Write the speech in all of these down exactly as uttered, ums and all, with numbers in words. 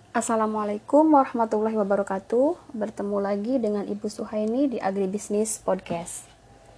Assalamualaikum warahmatullahi wabarakatuh. Bertemu lagi dengan Ibu Suhaini di Agribisnis Podcast.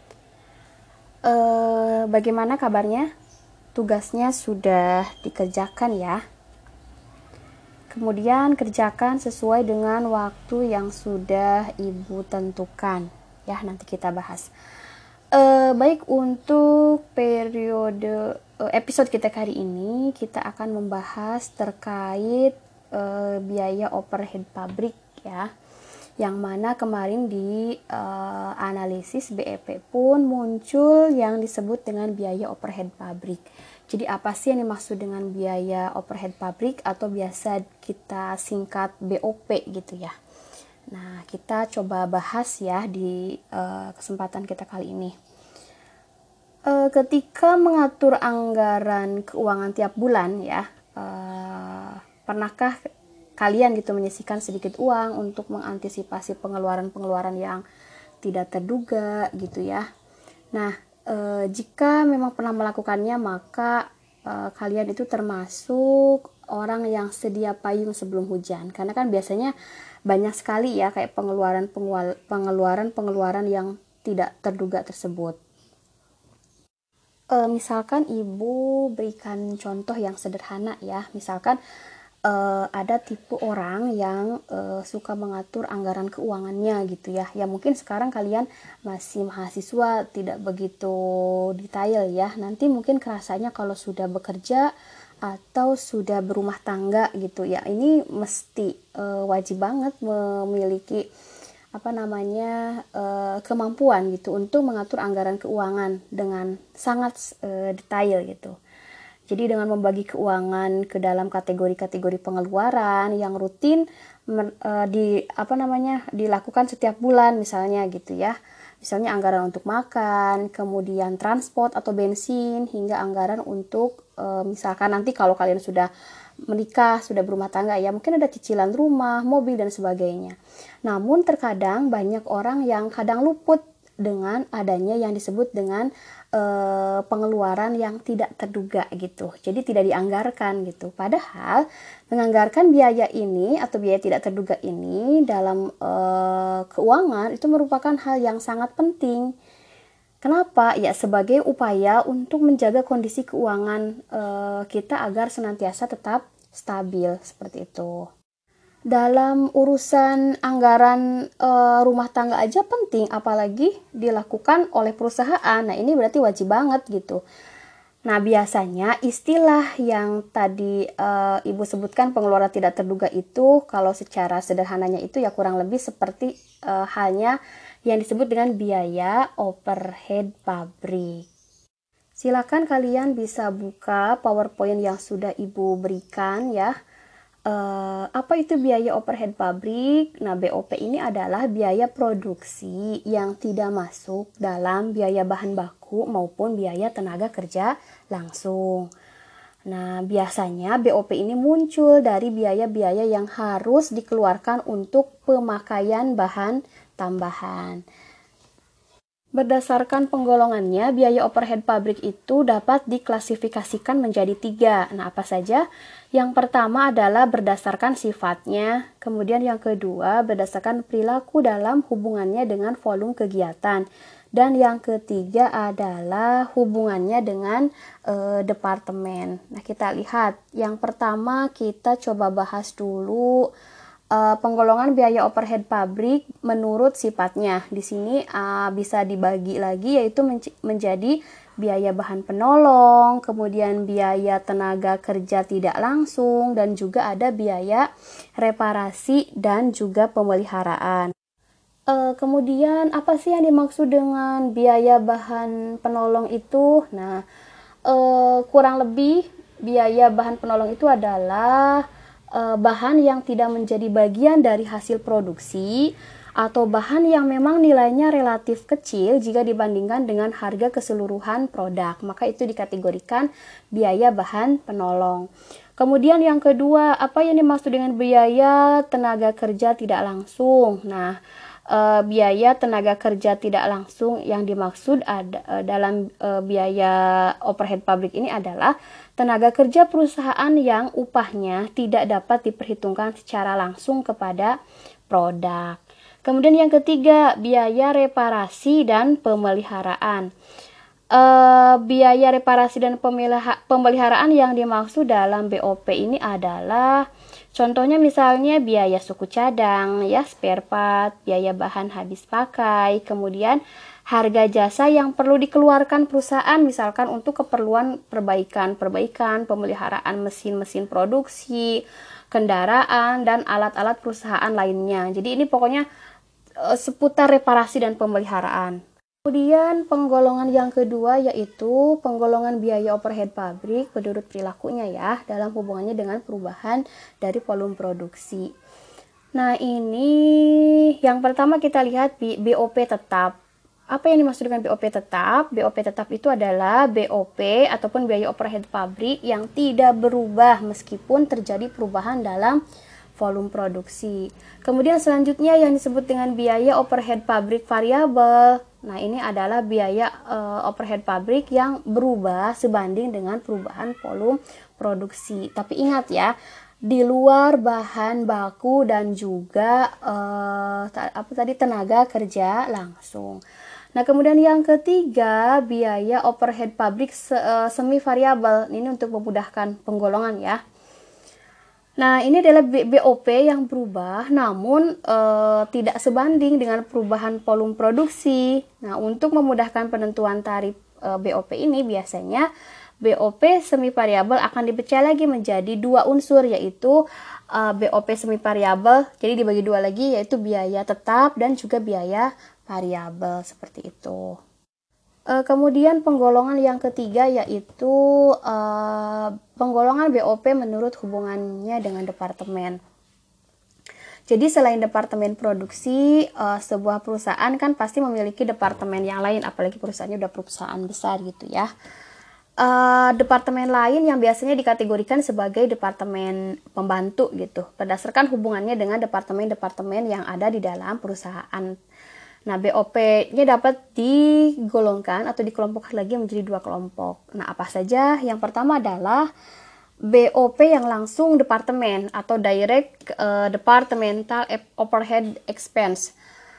Eh, bagaimana kabarnya? Tugasnya sudah dikerjakan ya. Kemudian kerjakan sesuai dengan waktu yang sudah Ibu tentukan. Ya, nanti kita bahas. Eh, baik, untuk periode eh, episode kita kali ini kita akan membahas terkait eh, biaya overhead pabrik ya, yang mana kemarin di eh, analisis B E P pun muncul yang disebut dengan biaya overhead pabrik. Jadi apa sih yang dimaksud dengan biaya overhead pabrik atau biasa kita singkat B O P gitu ya. Nah, kita coba bahas ya di uh, kesempatan kita kali ini. Uh, ketika mengatur anggaran keuangan tiap bulan ya, uh, pernahkah kalian gitu menyisihkan sedikit uang untuk mengantisipasi pengeluaran-pengeluaran yang tidak terduga gitu ya. Nah, e, jika memang pernah melakukannya, maka e, kalian itu termasuk orang yang sedia payung sebelum hujan. Karena kan biasanya banyak sekali ya kayak pengeluaran-pengeluaran yang tidak terduga tersebut. E, misalkan ibu berikan contoh yang sederhana ya. Misalkan Uh, ada tipe orang yang uh, suka mengatur anggaran keuangannya gitu ya. Ya mungkin sekarang kalian masih mahasiswa tidak begitu detail ya. Nanti mungkin kerasanya kalau sudah bekerja atau sudah berumah tangga gitu ya. Ini mesti uh, wajib banget memiliki apa namanya uh, kemampuan gitu untuk mengatur anggaran keuangan dengan sangat uh, detail gitu. Jadi dengan membagi keuangan ke dalam kategori-kategori pengeluaran yang rutin men, e, di apa namanya dilakukan setiap bulan misalnya gitu ya. Misalnya anggaran untuk makan, kemudian transport atau bensin, hingga anggaran untuk e, misalkan nanti kalau kalian sudah menikah, sudah berumah tangga ya, mungkin ada cicilan rumah, mobil dan sebagainya. Namun terkadang banyak orang yang kadang luput dengan adanya yang disebut dengan e, pengeluaran yang tidak terduga gitu. Jadi tidak dianggarkan gitu. Padahal menganggarkan biaya ini atau biaya tidak terduga ini dalam e, keuangan itu merupakan hal yang sangat penting. Kenapa? Ya sebagai upaya untuk menjaga kondisi keuangan e, kita agar senantiasa tetap stabil seperti itu. Dalam urusan anggaran e, rumah tangga aja penting, apalagi dilakukan oleh perusahaan. Nah, ini berarti wajib banget gitu. Nah, biasanya istilah yang tadi e, Ibu sebutkan pengeluaran tidak terduga itu, kalau secara sederhananya itu ya kurang lebih seperti e, halnya yang disebut dengan biaya overhead pabrik. Silakan kalian bisa buka PowerPoint yang sudah Ibu berikan ya. Uh, apa itu biaya overhead pabrik? Nah, B O P ini adalah biaya produksi yang tidak masuk dalam biaya bahan baku maupun biaya tenaga kerja langsung. Nah, biasanya B O P ini muncul dari biaya-biaya yang harus dikeluarkan untuk pemakaian bahan tambahan. Berdasarkan penggolongannya, biaya overhead pabrik itu dapat diklasifikasikan menjadi tiga. Nah, apa saja? Yang pertama adalah berdasarkan sifatnya, kemudian yang kedua berdasarkan perilaku dalam hubungannya dengan volume kegiatan, dan yang ketiga adalah hubungannya dengan e, departemen. Nah, kita lihat. Yang pertama kita coba bahas dulu Uh, penggolongan biaya overhead pabrik menurut sifatnya. Di sini uh, bisa dibagi lagi yaitu men- menjadi biaya bahan penolong, kemudian biaya tenaga kerja tidak langsung, dan juga ada biaya reparasi dan juga pemeliharaan. Uh, kemudian apa sih yang dimaksud dengan biaya bahan penolong itu? Nah, uh, kurang lebih biaya bahan penolong itu adalah bahan yang tidak menjadi bagian dari hasil produksi atau bahan yang memang nilainya relatif kecil jika dibandingkan dengan harga keseluruhan produk, maka itu dikategorikan biaya bahan penolong. Kemudian yang kedua, apa yang dimaksud dengan biaya tenaga kerja tidak langsung? Nah, uh, biaya tenaga kerja tidak langsung yang dimaksud ada, uh, dalam uh, biaya overhead pabrik ini adalah tenaga kerja perusahaan yang upahnya tidak dapat diperhitungkan secara langsung kepada produk. Kemudian yang ketiga, biaya reparasi dan pemeliharaan. Uh, biaya reparasi dan pemeliharaan yang dimaksud dalam B O P ini adalah contohnya misalnya biaya suku cadang, ya, spare part, biaya bahan habis pakai, kemudian harga jasa yang perlu dikeluarkan perusahaan misalkan untuk keperluan perbaikan-perbaikan, pemeliharaan mesin-mesin produksi, kendaraan, dan alat-alat perusahaan lainnya. Jadi ini pokoknya uh, seputar reparasi dan pemeliharaan. Kemudian penggolongan yang kedua yaitu penggolongan biaya overhead pabrik menurut perilakunya ya, dalam hubungannya dengan perubahan dari volume produksi. Nah, ini yang pertama kita lihat B O P tetap. Apa yang dimaksud dengan B O P tetap? B O P tetap itu adalah B O P ataupun biaya overhead pabrik yang tidak berubah meskipun terjadi perubahan dalam volume produksi. Kemudian selanjutnya yang disebut dengan biaya overhead pabrik variabel. Nah, ini adalah biaya uh, overhead pabrik yang berubah sebanding dengan perubahan volume produksi. Tapi ingat ya, di luar bahan baku dan juga uh, apa tadi tenaga kerja langsung. Nah, kemudian yang ketiga, biaya overhead pabrik se uh, semi variabel. Ini untuk memudahkan penggolongan ya. Nah, ini adalah B O P yang berubah namun e, tidak sebanding dengan perubahan volume produksi. Nah, untuk memudahkan penentuan tarif e, B O P ini biasanya B O P semi variabel akan dipecah lagi menjadi dua unsur yaitu e, B O P semi variabel. Jadi dibagi dua lagi yaitu biaya tetap dan juga biaya variabel seperti itu. E, kemudian penggolongan yang ketiga yaitu e, penggolongan B O P menurut hubungannya dengan departemen. Jadi selain departemen produksi, e, sebuah perusahaan kan pasti memiliki departemen yang lain, apalagi perusahaannya udah perusahaan besar gitu ya. E, departemen lain yang biasanya dikategorikan sebagai departemen pembantu gitu, berdasarkan hubungannya dengan departemen-departemen yang ada di dalam perusahaan. Nah, B O P-nya dapat digolongkan atau dikelompokkan lagi menjadi dua kelompok. Nah, apa saja? Yang pertama adalah B O P yang langsung departemen atau direct uh, departmental overhead expense.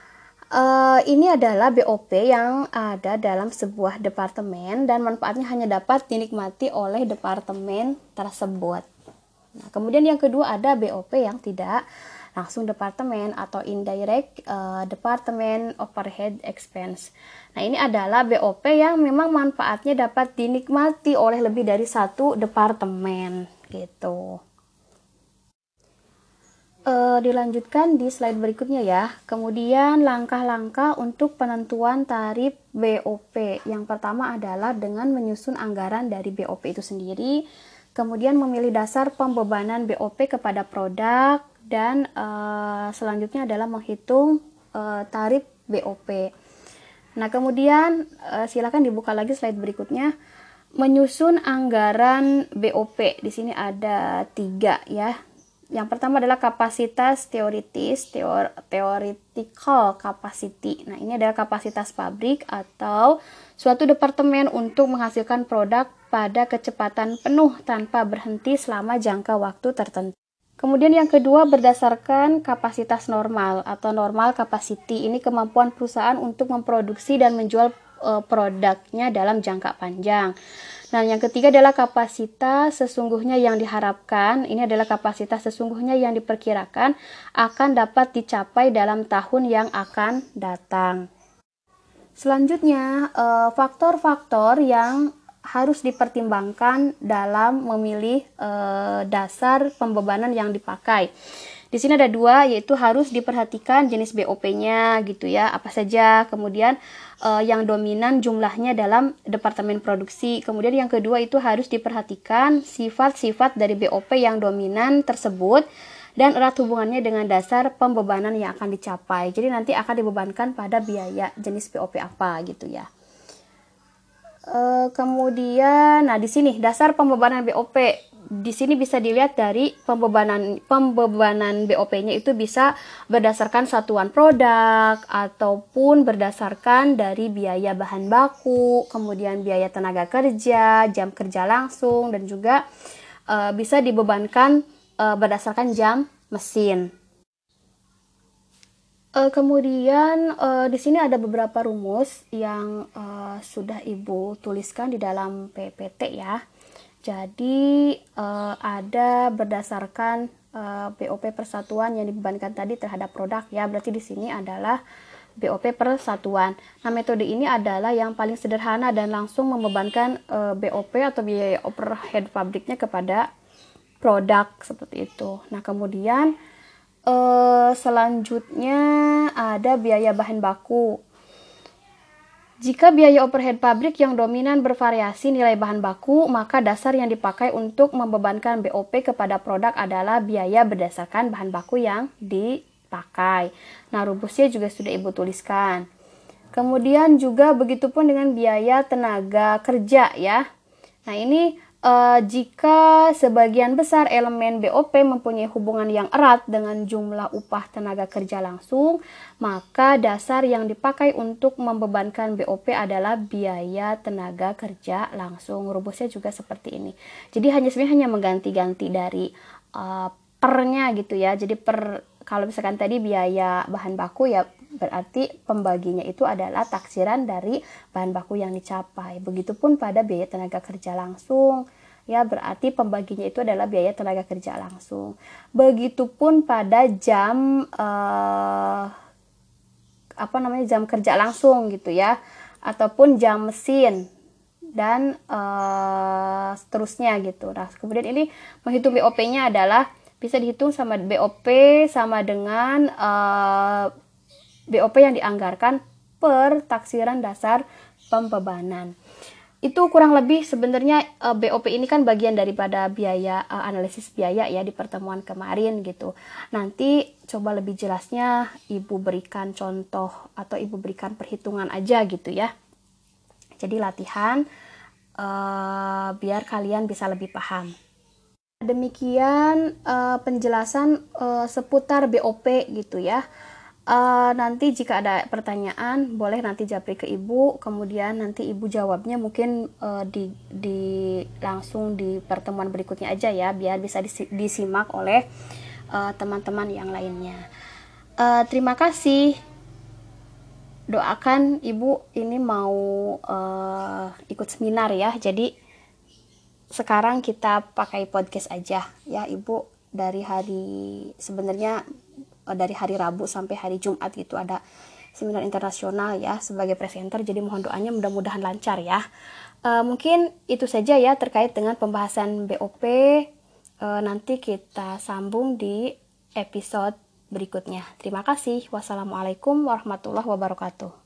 Uh, ini adalah B O P yang ada dalam sebuah departemen dan manfaatnya hanya dapat dinikmati oleh departemen tersebut. Nah, kemudian yang kedua ada B O P yang tidak langsung departemen atau indirect uh, department overhead expense. Nah, ini adalah B O P yang memang manfaatnya dapat dinikmati oleh lebih dari satu departemen gitu. Uh, dilanjutkan di slide berikutnya ya. Kemudian langkah-langkah untuk penentuan tarif B O P. Yang pertama adalah dengan menyusun anggaran dari B O P itu sendiri, kemudian memilih dasar pembebanan B O P kepada produk, dan uh, selanjutnya adalah menghitung uh, tarif B O P. Nah, kemudian uh, silakan dibuka lagi slide berikutnya. Menyusun anggaran B O P. Di sini ada tiga ya. Yang pertama adalah kapasitas teoritis, teor theoretical capacity. Nah, ini adalah kapasitas pabrik atau suatu departemen untuk menghasilkan produk pada kecepatan penuh tanpa berhenti selama jangka waktu tertentu. Kemudian yang kedua berdasarkan kapasitas normal atau normal capacity. Ini kemampuan perusahaan untuk memproduksi dan menjual e, produknya dalam jangka panjang. Nah, yang ketiga adalah kapasitas sesungguhnya yang diharapkan. Ini adalah kapasitas sesungguhnya yang diperkirakan akan dapat dicapai dalam tahun yang akan datang. Selanjutnya, e, faktor-faktor yang harus dipertimbangkan dalam memilih e, dasar pembebanan yang dipakai. Di sini ada dua, yaitu harus diperhatikan jenis B O P-nya gitu ya, apa saja. Kemudian e, yang dominan jumlahnya dalam departemen produksi. Kemudian yang kedua itu harus diperhatikan sifat-sifat dari B O P yang dominan tersebut dan erat hubungannya dengan dasar pembebanan yang akan dicapai. Jadi nanti akan dibebankan pada biaya jenis B O P apa gitu ya. E, kemudian, nah di sini dasar pembebanan B O P. di sini bisa dilihat dari pembebanan pembebanan B O P-nya itu bisa berdasarkan satuan produk ataupun berdasarkan dari biaya bahan baku, kemudian biaya tenaga kerja, jam kerja langsung, dan juga uh, bisa dibebankan uh, berdasarkan jam mesin. Uh, kemudian uh, di sini ada beberapa rumus yang uh, sudah Ibu tuliskan di dalam P P T ya. Jadi uh, ada berdasarkan uh, B O P persatuan yang dibebankan tadi terhadap produk ya. Berarti di sini adalah B O P persatuan. Nah, metode ini adalah yang paling sederhana dan langsung membebankan uh, B O P atau biaya overhead pabriknya kepada produk seperti itu. Nah, kemudian Uh, selanjutnya ada biaya bahan baku. Jika biaya overhead pabrik yang dominan bervariasi nilai bahan baku, maka dasar yang dipakai untuk membebankan B O P kepada produk adalah biaya berdasarkan bahan baku yang dipakai. Nah, rumusnya juga sudah Ibu tuliskan. Kemudian juga begitupun dengan biaya tenaga kerja ya. Nah, ini Uh, jika sebagian besar elemen B O P mempunyai hubungan yang erat dengan jumlah upah tenaga kerja langsung, maka dasar yang dipakai untuk membebankan B O P adalah biaya tenaga kerja langsung. Rumusnya juga seperti ini. Jadi hanya sebenarnya hanya mengganti-ganti dari uh, pernya gitu ya. Jadi per kalau misalkan tadi biaya bahan baku ya berarti pembaginya itu adalah taksiran dari bahan baku yang dicapai. Begitupun pada biaya tenaga kerja langsung, ya berarti pembaginya itu adalah biaya tenaga kerja langsung. Begitupun pada jam eh, apa namanya jam kerja langsung gitu ya, ataupun jam mesin dan eh, seterusnya gitu. Nah, kemudian ini menghitung B O P-nya adalah bisa dihitung sama B O P sama dengan eh, B O P yang dianggarkan per taksiran dasar pembebanan. Itu kurang lebih sebenarnya uh, B O P ini kan bagian daripada biaya uh, analisis biaya ya di pertemuan kemarin gitu. Nanti coba lebih jelasnya Ibu berikan contoh atau Ibu berikan perhitungan aja gitu ya. Jadi latihan uh, biar kalian bisa lebih paham. Demikian uh, penjelasan uh, seputar B O P gitu ya. Uh, nanti jika ada pertanyaan boleh nanti japri ke Ibu, kemudian nanti Ibu jawabnya mungkin uh, di, di langsung di pertemuan berikutnya aja ya, biar bisa disimak oleh teman-teman uh, yang lainnya. Uh, terima kasih. Doakan Ibu ini mau uh, ikut seminar ya, jadi sekarang kita pakai podcast aja ya Ibu. Dari hari sebenarnya dari hari Rabu sampai hari Jumat gitu ada seminar internasional ya sebagai presenter, jadi mohon doanya mudah-mudahan lancar ya. E, mungkin itu saja ya terkait dengan pembahasan B O P. E, nanti kita sambung di episode berikutnya. Terima kasih. Wassalamualaikum warahmatullahi wabarakatuh.